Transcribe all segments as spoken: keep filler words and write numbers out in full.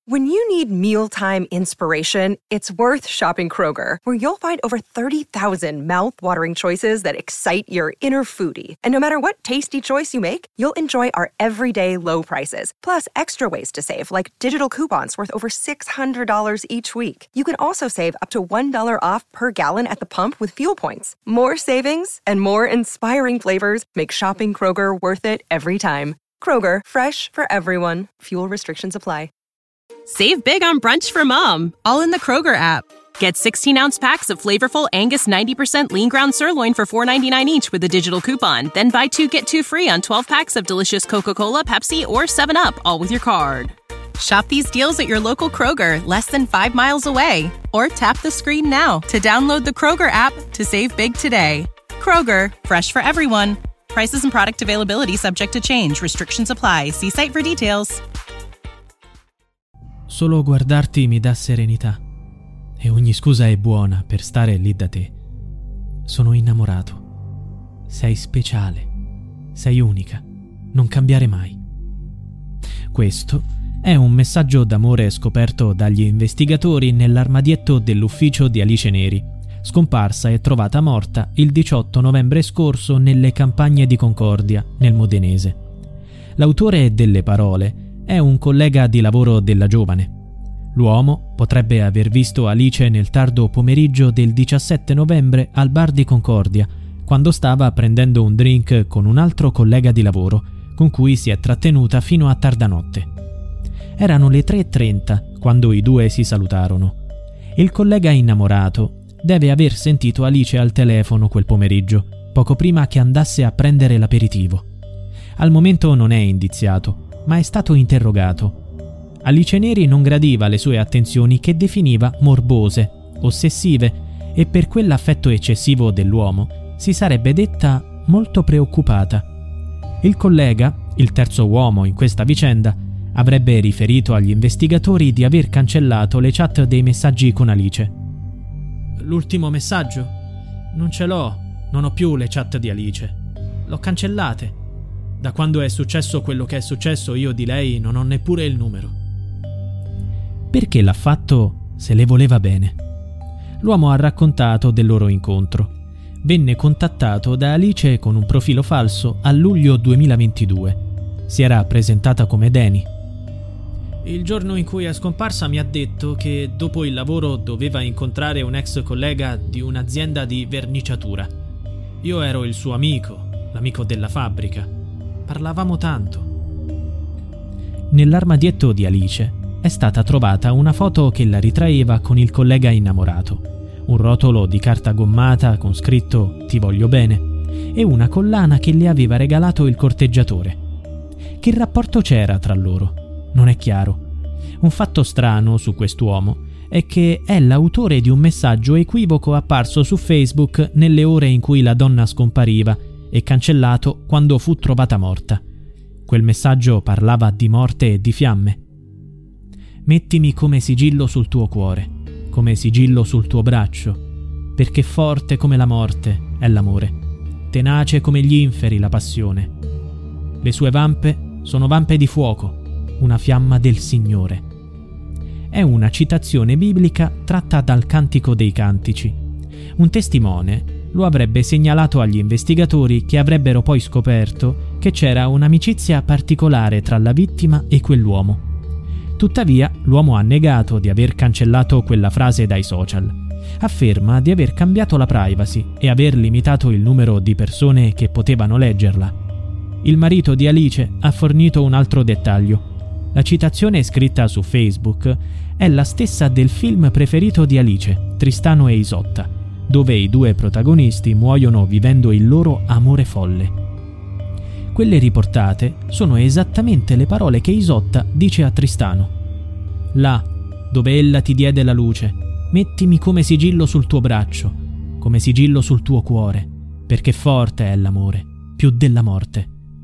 When you need mealtime inspiration, it's worth shopping Kroger, where you'll find over thirty thousand mouth-watering choices that excite your inner foodie. And no matter what tasty choice you make, you'll enjoy our everyday low prices, plus extra ways to save, like digital coupons worth over six hundred dollars each week. You can also save up to one dollar off per gallon at the pump with fuel points. More savings and more inspiring flavors make shopping Kroger worth it every time. Kroger, fresh for everyone. Fuel restrictions apply. Save big on brunch for mom, all in the Kroger app. Get sixteen-ounce packs of flavorful Angus ninety percent lean ground sirloin for four ninety-nine each with a digital coupon. Then buy two, get two free on twelve packs of delicious Coca-Cola, Pepsi, or seven up, all with your card. Shop these deals at your local Kroger, less than five miles away. Or tap the screen now to download the Kroger app to save big today. Kroger, fresh for everyone. Prices and product availability subject to change. Restrictions apply. See site for details. Solo guardarti mi dà serenità e ogni scusa è buona per stare lì da te. Sono innamorato. Sei speciale. Sei unica. Non cambiare mai. Questo è un messaggio d'amore scoperto dagli investigatori nell'armadietto dell'ufficio di Alice Neri, scomparsa e trovata morta il diciotto novembre scorso nelle campagne di Concordia, nel Modenese. L'autore delle parole è un collega di lavoro della giovane. L'uomo potrebbe aver visto Alice nel tardo pomeriggio del diciassette novembre al bar di Concordia, quando stava prendendo un drink con un altro collega di lavoro, con cui si è trattenuta fino a tarda notte. Erano le tre e trenta quando i due si salutarono. Il collega innamorato deve aver sentito Alice al telefono quel pomeriggio, poco prima che andasse a prendere l'aperitivo. Al momento non è indiziato, ma è stato interrogato. Alice Neri non gradiva le sue attenzioni che definiva morbose, ossessive, e per quell'affetto eccessivo dell'uomo si sarebbe detta molto preoccupata. Il collega, il terzo uomo in questa vicenda, avrebbe riferito agli investigatori di aver cancellato le chat dei messaggi con Alice. L'ultimo messaggio? Non ce l'ho, non ho più le chat di Alice. L'ho cancellate. Da quando è successo quello che è successo io di lei non ho neppure il numero. Perché l'ha fatto se le voleva bene? L'uomo ha raccontato del loro incontro. Venne contattato da Alice con un profilo falso a luglio duemilaventidue. Si era presentata come Danny. Il giorno in cui è scomparsa mi ha detto che dopo il lavoro doveva incontrare un ex collega di un'azienda di verniciatura. Io ero il suo amico, l'amico della fabbrica. Parlavamo tanto. Nell'armadietto di Alice è stata trovata una foto che la ritraeva con il collega innamorato, un rotolo di carta gommata con scritto "Ti voglio bene" e una collana che le aveva regalato il corteggiatore. Che rapporto c'era tra loro? Non è chiaro. Un fatto strano su quest'uomo è che è l'autore di un messaggio equivoco apparso su Facebook nelle ore in cui la donna scompariva e cancellato quando fu trovata morta. Quel messaggio parlava di morte e di fiamme. Mettimi come sigillo sul tuo cuore, come sigillo sul tuo braccio, perché forte come la morte è l'amore, tenace come gli inferi la passione. Le sue vampe sono vampe di fuoco, una fiamma del Signore. È una citazione biblica tratta dal Cantico dei Cantici. Un testimone lo avrebbe segnalato agli investigatori, che avrebbero poi scoperto che c'era un'amicizia particolare tra la vittima e quell'uomo. Tuttavia, l'uomo ha negato di aver cancellato quella frase dai social. Afferma di aver cambiato la privacy e aver limitato il numero di persone che potevano leggerla. Il marito di Alice ha fornito un altro dettaglio. La citazione scritta su Facebook è la stessa del film preferito di Alice, Tristano e Isotta, dove i due protagonisti muoiono vivendo il loro amore folle. Quelle riportate sono esattamente le parole che Isotta dice a Tristano. Là, dove ella ti diede la luce, mettimi come sigillo sul tuo braccio, come sigillo sul tuo cuore, perché forte è l'amore, più della morte.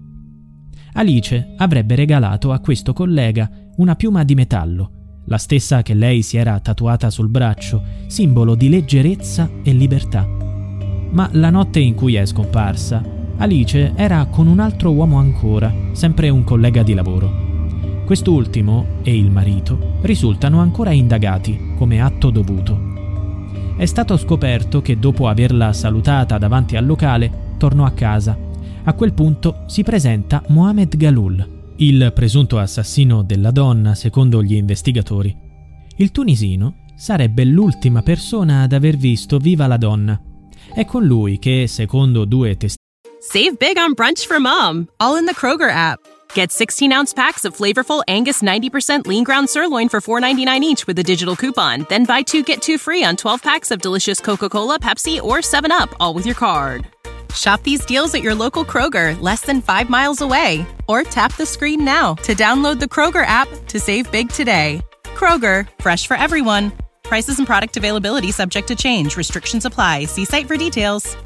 Alice avrebbe regalato a questo collega una piuma di metallo, la stessa che lei si era tatuata sul braccio, simbolo di leggerezza e libertà. Ma la notte in cui è scomparsa, Alice era con un altro uomo ancora, sempre un collega di lavoro. Quest'ultimo e il marito risultano ancora indagati come atto dovuto. È stato scoperto che dopo averla salutata davanti al locale, tornò a casa. A quel punto si presenta Mohamed Galul, il presunto assassino della donna secondo gli investigatori. Il tunisino sarebbe l'ultima persona ad aver visto viva la donna. È con lui che, secondo due testimoni, Save big on brunch for mom, all in the Kroger app. Get sixteen ounce packs of flavorful Angus ninety percent lean ground sirloin for four ninety-nine each with a digital coupon. Then buy two, get two free on twelve packs of delicious Coca-Cola, Pepsi, or seven up, all with your card. Shop these deals at your local Kroger, less than five miles away. Or tap the screen now to download the Kroger app to save big today. Kroger, fresh for everyone. Prices and product availability subject to change. Restrictions apply. See site for details.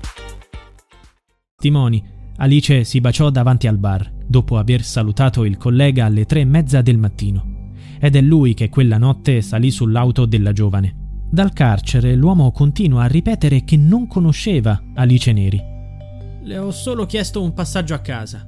testimoni, Alice si baciò davanti al bar, dopo aver salutato il collega alle tre e mezza del mattino. Ed è lui che quella notte salì sull'auto della giovane. Dal carcere l'uomo continua a ripetere che non conosceva Alice Neri. Le ho solo chiesto un passaggio a casa.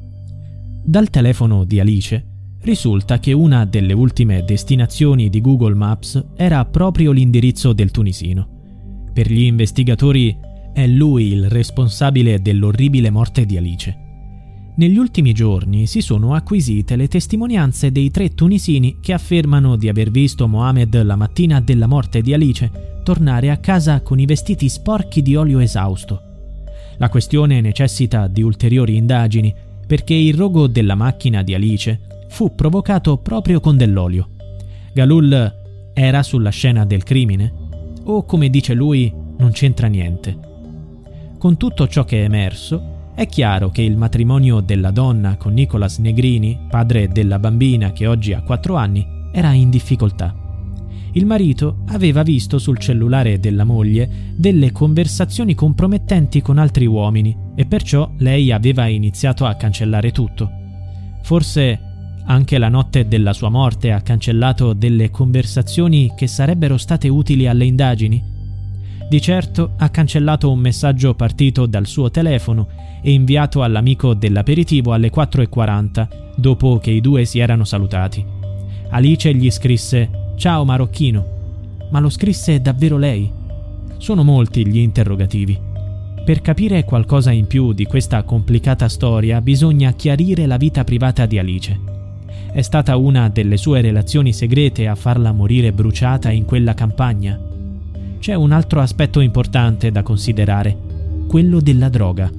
Dal telefono di Alice risulta che una delle ultime destinazioni di Google Maps era proprio l'indirizzo del tunisino. Per gli investigatori è lui il responsabile dell'orribile morte di Alice. Negli ultimi giorni si sono acquisite le testimonianze dei tre tunisini che affermano di aver visto Mohamed la mattina della morte di Alice tornare a casa con i vestiti sporchi di olio esausto. La questione necessita di ulteriori indagini perché il rogo della macchina di Alice fu provocato proprio con dell'olio. Galul era sulla scena del crimine? O, come dice lui, non c'entra niente? Con tutto ciò che è emerso, è chiaro che il matrimonio della donna con Nicolas Negrini, padre della bambina che oggi ha quattro anni, era in difficoltà. Il marito aveva visto sul cellulare della moglie delle conversazioni compromettenti con altri uomini e perciò lei aveva iniziato a cancellare tutto. Forse anche la notte della sua morte ha cancellato delle conversazioni che sarebbero state utili alle indagini? Di certo ha cancellato un messaggio partito dal suo telefono e inviato all'amico dell'aperitivo alle quattro e quaranta, dopo che i due si erano salutati. Alice gli scrisse «Ciao marocchino», ma lo scrisse davvero lei? Sono molti gli interrogativi. Per capire qualcosa in più di questa complicata storia bisogna chiarire la vita privata di Alice. È stata una delle sue relazioni segrete a farla morire bruciata in quella campagna? C'è un altro aspetto importante da considerare, quello della droga.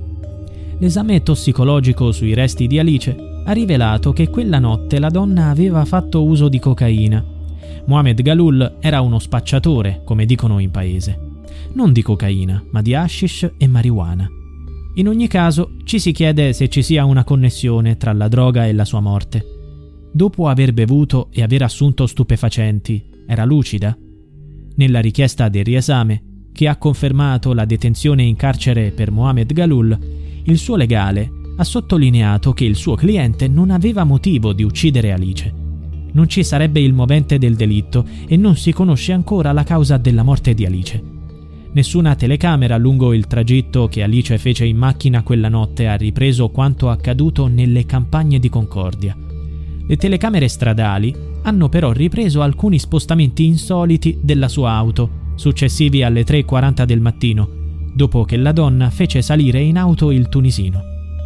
L'esame tossicologico sui resti di Alice ha rivelato che quella notte la donna aveva fatto uso di cocaina. Mohamed Galul era uno spacciatore, come dicono in paese. Non di cocaina, ma di hashish e marijuana. In ogni caso, ci si chiede se ci sia una connessione tra la droga e la sua morte. Dopo aver bevuto e aver assunto stupefacenti, era lucida? Nella richiesta del riesame, che ha confermato la detenzione in carcere per Mohamed Galul, il suo legale ha sottolineato che il suo cliente non aveva motivo di uccidere Alice. Non ci sarebbe il movente del delitto e non si conosce ancora la causa della morte di Alice. Nessuna telecamera lungo il tragitto che Alice fece in macchina quella notte ha ripreso quanto accaduto nelle campagne di Concordia. Le telecamere stradali hanno però ripreso alcuni spostamenti insoliti della sua auto, successivi alle tre e quaranta del mattino, dopo che la donna fece salire in auto il tunisino.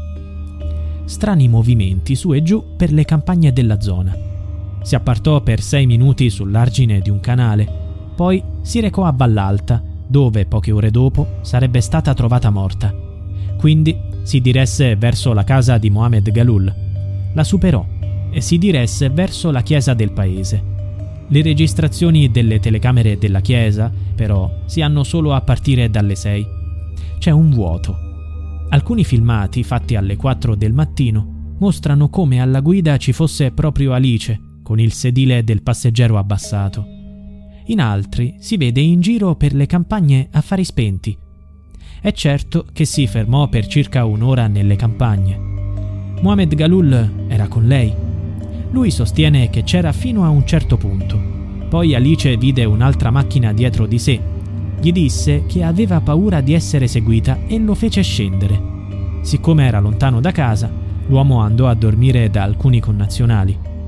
Strani movimenti su e giù per le campagne della zona. Si appartò per sei minuti sull'argine di un canale, poi si recò a Vallalta, dove poche ore dopo sarebbe stata trovata morta. Quindi si diresse verso la casa di Mohamed Galul. La superò e si diresse verso la chiesa del paese. Le registrazioni delle telecamere della chiesa, però, si hanno solo a partire dalle sei. C'è un vuoto. Alcuni filmati, fatti alle quattro del mattino, mostrano come alla guida ci fosse proprio Alice, con il sedile del passeggero abbassato. In altri si vede in giro per le campagne a fari spenti. È certo che si fermò per circa un'ora nelle campagne. Mohamed Galul era con lei. Lui sostiene che c'era fino a un certo punto. Poi Alice vide un'altra macchina dietro di sé. Gli disse che aveva paura di essere seguita e lo fece scendere. Siccome era lontano da casa, l'uomo andò a dormire da alcuni connazionali.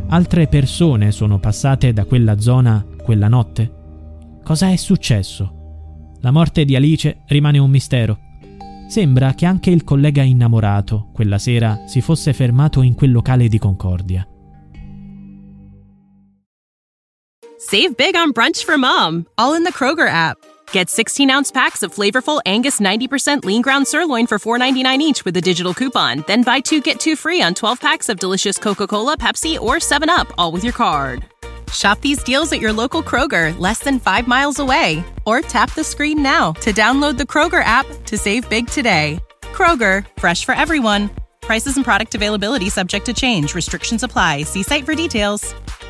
Altre persone sono passate da quella zona quella notte? Cosa è successo? La morte di Alice rimane un mistero. Sembra che anche il collega innamorato quella sera si fosse fermato in quel locale di Concordia. Save big on brunch for mom, all in the Kroger app. Get sixteen-ounce packs of flavorful Angus ninety percent lean ground sirloin for four ninety-nine each with a digital coupon. Then buy two, get two free on twelve packs of delicious Coca-Cola, Pepsi, or seven up, all with your card. Shop these deals at your local Kroger, less than five miles away. Or tap the screen now to download the Kroger app to save big today. Kroger, fresh for everyone. Prices and product availability subject to change. Restrictions apply. See site for details.